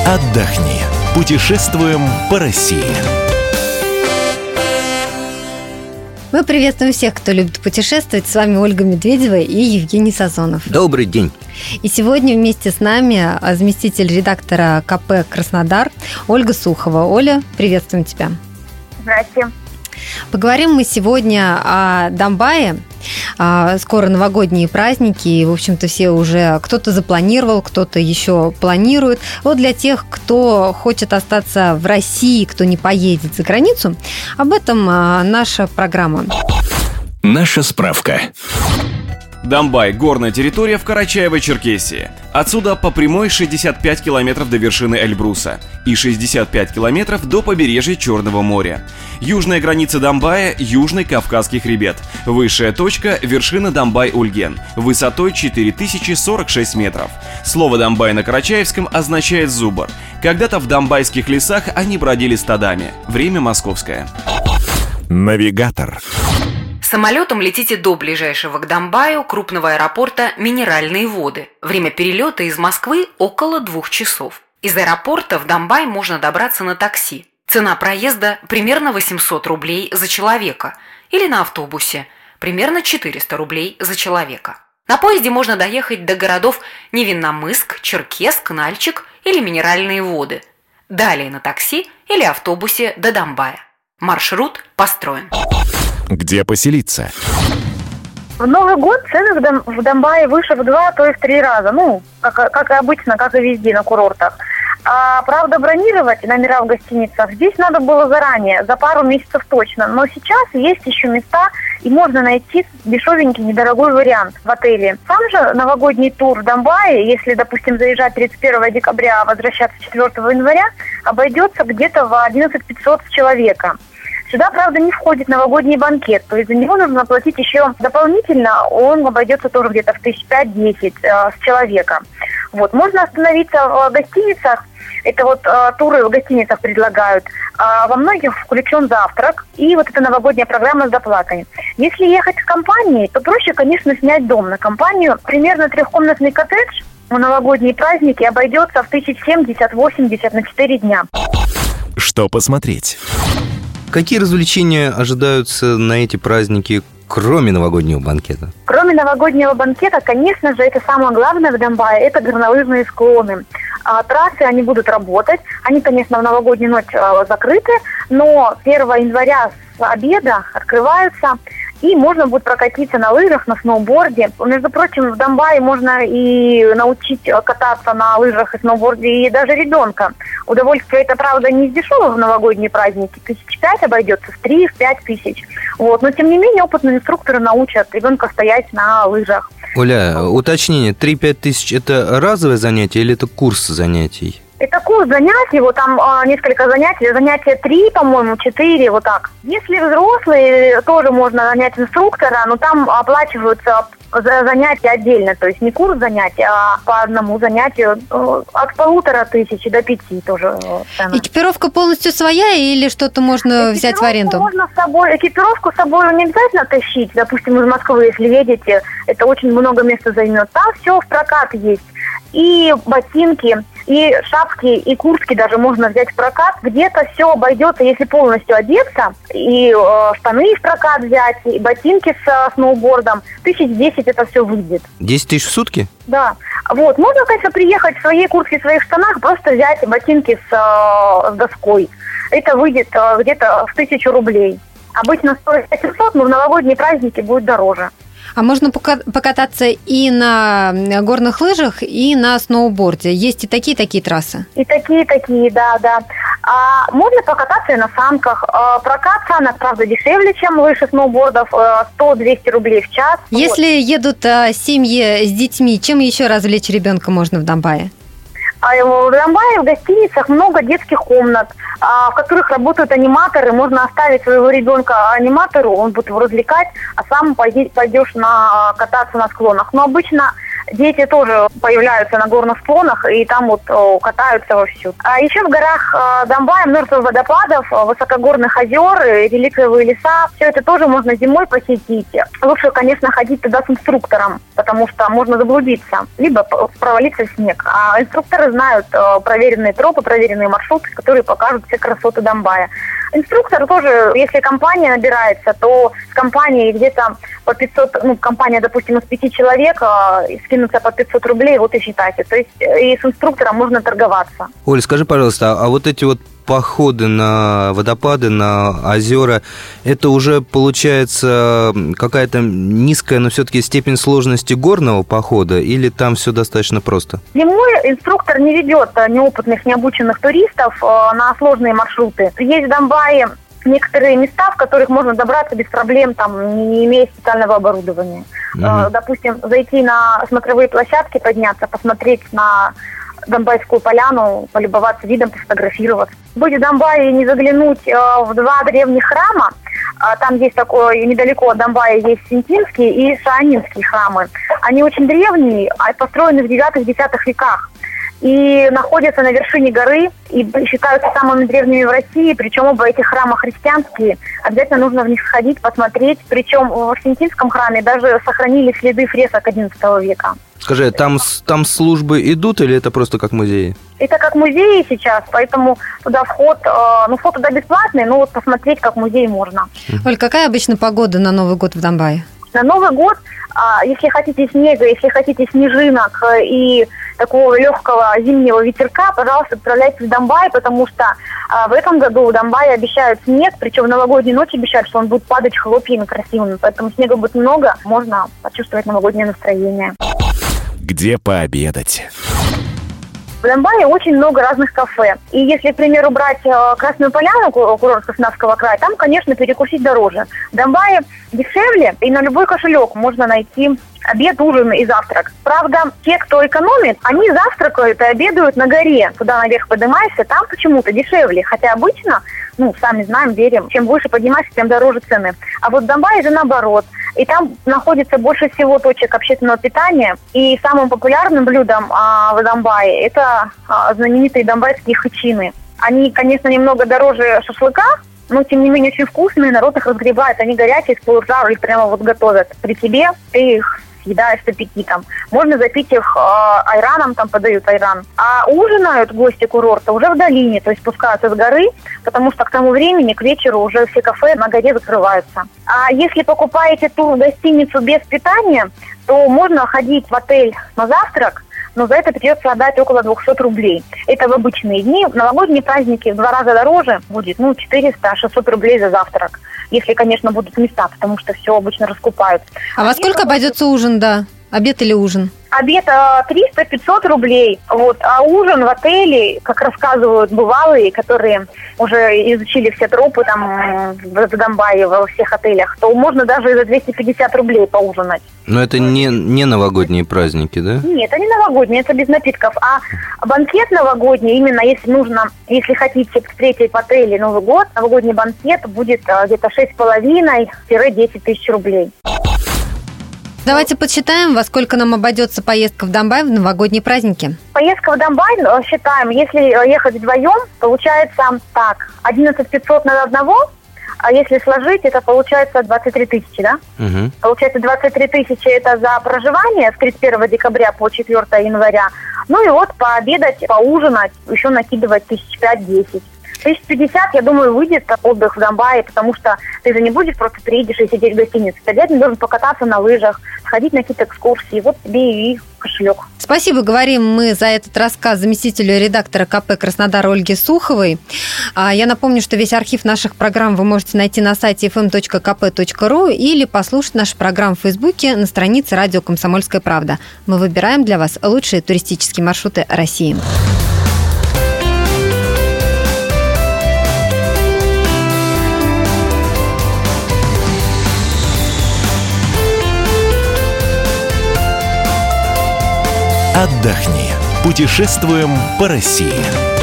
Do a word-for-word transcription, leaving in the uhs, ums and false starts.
отдохни. Путешествуем по России. Мы приветствуем всех, кто любит путешествовать. С вами Ольга Медведева и Евгений Сазонов. Добрый день. И сегодня вместе с нами заместитель редактора ка пэ «Краснодар» Ольга Сухова. Оля, приветствуем тебя. Здравствуйте. Поговорим мы сегодня о Домбае. Скоро новогодние праздники, и, в общем-то, все уже кто-то запланировал, кто-то еще планирует. Вот для тех, кто хочет остаться в России, кто не поедет за границу, об этом наша программа. Наша справка. Домбай – горная территория в Карачаево-Черкесии. Отсюда по прямой шестьдесят пять километров до вершины Эльбруса и шестьдесят пять километров до побережья Черного моря. Южная граница Домбая – Южный Кавказский хребет. Высшая точка – вершина Домбай-Ульген, высотой четыре тысячи сорок шесть метров. Слово «Домбай» на карачаевском означает «зубр». Когда-то в домбайских лесах они бродили стадами. Время московское. Навигатор. Самолетом летите до ближайшего к Домбаю крупного аэропорта «Минеральные воды». Время перелета из Москвы около двух часов. Из аэропорта в Домбай можно добраться на такси. Цена проезда примерно восемьсот рублей за человека. Или на автобусе примерно четыреста рублей за человека. На поезде можно доехать до городов Невинномысск, Черкесск, Нальчик или Минеральные воды. Далее на такси или автобусе до Домбая. Маршрут построен. Где поселиться? В Новый год цены в, Дом, в Домбае выше в два, то и в три раза. Ну, как, как и обычно, как и везде на курортах. А, правда, бронировать номера в гостиницах здесь надо было заранее, за пару месяцев точно. Но сейчас есть еще места, и можно найти дешевенький, недорогой вариант в отеле. Сам же новогодний тур в Домбае, если, допустим, заезжать тридцать первого декабря, а возвращаться четвёртого января, обойдется где-то в одиннадцать тысяч пятьсот с человека. Сюда, правда, не входит новогодний банкет, то есть за него нужно платить еще дополнительно, он обойдется тоже где-то в тысяч пять-десять э, с человека. Вот. Можно остановиться в гостиницах, это вот э, туры в гостиницах предлагают, а во многих включен завтрак и вот эта новогодняя программа с доплатой. Если ехать с компанией, то проще, конечно, снять дом на компанию. Примерно трехкомнатный коттедж в новогодние праздники обойдется в тысяч семьдесят-восемьдесят на четыре дня. Что посмотреть? Какие развлечения ожидаются на эти праздники, кроме новогоднего банкета? Кроме новогоднего банкета, конечно же, это самое главное в Домбае, это горнолыжные склоны. А, трассы, они будут работать, они, конечно, в новогоднюю ночь а, закрыты, но первого января с обеда открываются, и можно будет прокатиться на лыжах, на сноуборде. Между прочим, в Домбае можно и научить кататься на лыжах и сноуборде и даже ребенка. Удовольствие это, правда, не дешево в новогодние праздники. Тысяч пять обойдется, в три, в пять тысяч. Вот. Но, тем не менее, опытные инструкторы научат ребенка стоять на лыжах. Оля, уточнение, три-пять тысяч – это разовое занятие или это курс занятий? Это курс занятий, вот там э, несколько занятий, занятия три, по-моему, четыре, вот так. Если взрослые, тоже можно нанять инструктора, но там оплачиваются за занятия отдельно, то есть не курс занятий, а по одному занятию э, от полутора тысяч до пяти тоже. Э, Экипировка полностью своя или что-то можно взять в аренду? Можно с собой, экипировку с собой не обязательно тащить, допустим, из Москвы, если едете, это очень много места займет. Там все в прокат есть. И ботинки, и шапки, и куртки даже можно взять в прокат. Где-то все обойдется, если полностью одеться, и э, штаны в прокат взять, и ботинки с э, сноубордом. Тысяч десять это все выйдет. десять тысяч в сутки? Да. Вот. Можно, конечно, приехать в своей куртке, в своих штанах, просто взять ботинки с, э, с доской. Это выйдет э, где-то в тысячу рублей. Обычно стоит семьсот, но в новогодние праздники будет дороже. А можно покататься и на горных лыжах, и на сноуборде. Есть и такие, такие трассы? И такие, такие, да, да. А можно покататься и на санках. А, прокат санок, правда, дешевле, чем лыж и сноубордов. сто-двести рублей в час. Если вот. едут а, семьи с детьми, чем еще развлечь ребенка можно в Домбае? А в Домбае в гостиницах много детских комнат, в которых работают аниматоры. Можно оставить своего ребенка аниматору, он будет его развлекать, а сам пойдешь на, кататься на склонах. Но обычно дети тоже появляются на горных склонах и там вот катаются вовсю. А еще в горах Домбая множество водопадов, высокогорных озер, реликтовые леса. Все это тоже можно зимой посетить. Лучше, конечно, ходить туда с инструктором, потому что можно заблудиться, либо провалиться в снег. А инструкторы знают проверенные тропы, проверенные маршруты, которые покажут все красоты Домбая. Инструктор тоже, если компания набирается, то с компанией где-то по пятьсот, ну, компания, допустим, из пяти человек, скинуться по пятьсот рублей, вот и считайте. То есть и с инструктором можно торговаться. Оль, скажи, пожалуйста, а вот эти вот походы на водопады, на озера, это уже получается какая-то низкая, но все-таки степень сложности горного похода, или там все достаточно просто? Зимой инструктор не ведет неопытных, необученных туристов на сложные маршруты. Есть в Домбае некоторые места, в которых можно добраться без проблем, там, не имея специального оборудования. Uh-huh. Допустим, зайти на смотровые площадки, подняться, посмотреть на Домбайскую поляну, полюбоваться видом, пофотографироваться. Быть в Домбае и не заглянуть э, в два древних храма. А, там есть такое, недалеко от Домбая есть Синтинские и Шаанинские храмы. Они очень древние, построены в девятых-десятых веках. И находятся на вершине горы и считаются самыми древними в России, причем оба этих храма христианские. Обязательно нужно в них сходить, посмотреть. Причем в Синтинском храме даже сохранили следы фресок одиннадцатого века. Скажи, там, там службы идут или это просто как музеи? Это как музеи сейчас, поэтому туда вход, э, ну вход туда бесплатный, но вот посмотреть как музей можно. Оль, какая обычно погода на Новый год в Домбае? На Новый год, э, если хотите снега, если хотите снежинок э, и такого легкого зимнего ветерка, пожалуйста, отправляйтесь в Домбай, потому что э, в этом году в Домбае обещают снег, причем в новогоднюю ночь обещают, что он будет падать хлопьями красивыми, поэтому снега будет много, можно почувствовать новогоднее настроение. Где пообедать? В Домбае очень много разных кафе. И если, к примеру, брать э, Красную Поляну, курорт Краснодарского края, там, конечно, перекусить дороже. В Домбае дешевле, и на любой кошелек можно найти обед, ужин и завтрак. Правда, те, кто экономит, они завтракают и обедают на горе. Туда наверх поднимаешься, там почему-то дешевле. Хотя обычно, ну, сами знаем, верим, чем выше поднимаешься, тем дороже цены. А вот в Домбае же наоборот. И там находится больше всего точек общественного питания. И самым популярным блюдом а, в Домбае это а, знаменитые домбайские хычины. Они, конечно, немного дороже шашлыка, но, тем не менее, очень вкусные, народ их разгребает. Они горячие, с полужару, их прямо вот готовят при тебе, ты их съедаешь с аппетитом. Можно запить их э, айраном, там подают айран. А ужинают гости курорта уже в долине, то есть спускаются с горы, потому что к тому времени, к вечеру, уже все кафе на горе закрываются. А если покупаете тур в гостиницу без питания, то можно ходить в отель на завтрак, но за это придется отдать около двести рублей. Это в обычные дни. В новогодние праздники в два раза дороже будет, ну, четыреста-шестьсот рублей за завтрак. Если, конечно, будут места, потому что все обычно раскупают. А во сколько обойдется ужин, да? Обед или ужин? Обед триста-пятьсот рублей. Вот. А ужин в отеле, как рассказывают бывалые, которые уже изучили все тропы там в Домбае, во всех отелях, то можно даже и за двести пятьдесят рублей поужинать. Но это не, не новогодние праздники, да? Нет, это не новогодние, это без напитков. А банкет новогодний, именно если нужно, если хотите встретить в отеле Новый год, новогодний банкет будет где-то шесть с половиной-десять тысяч рублей. Давайте подсчитаем, во сколько нам обойдется поездка в Домбай в новогодние праздники. Поездка в Домбай, считаем, если ехать вдвоем, получается так, одиннадцать пятьсот на одного, а если сложить, это получается двадцать три тысячи, да? Угу. Получается двадцать три тысячи это за проживание с тридцать первого декабря по четвёртого января. Ну и вот пообедать, поужинать, еще накидывать тысяч пять-десять. Тысяч пятьдесят, я думаю, выйдет отдых в Домбае, потому что ты же не будешь просто приедешь и сидеть в гостинице. Ты обязательно должен покататься на лыжах, сходить на какие-то экскурсии. Вот тебе и кошелек. Спасибо, говорим мы за этот рассказ заместителю редактора ка пэ Краснодар Ольге Суховой. Я напомню, что весь архив наших программ вы можете найти на сайте эф эм точка ка пэ точка ру или послушать наши программы в Фейсбуке на странице «Радио Комсомольская правда». Мы выбираем для вас лучшие туристические маршруты России. Отдохни. Путешествуем по России.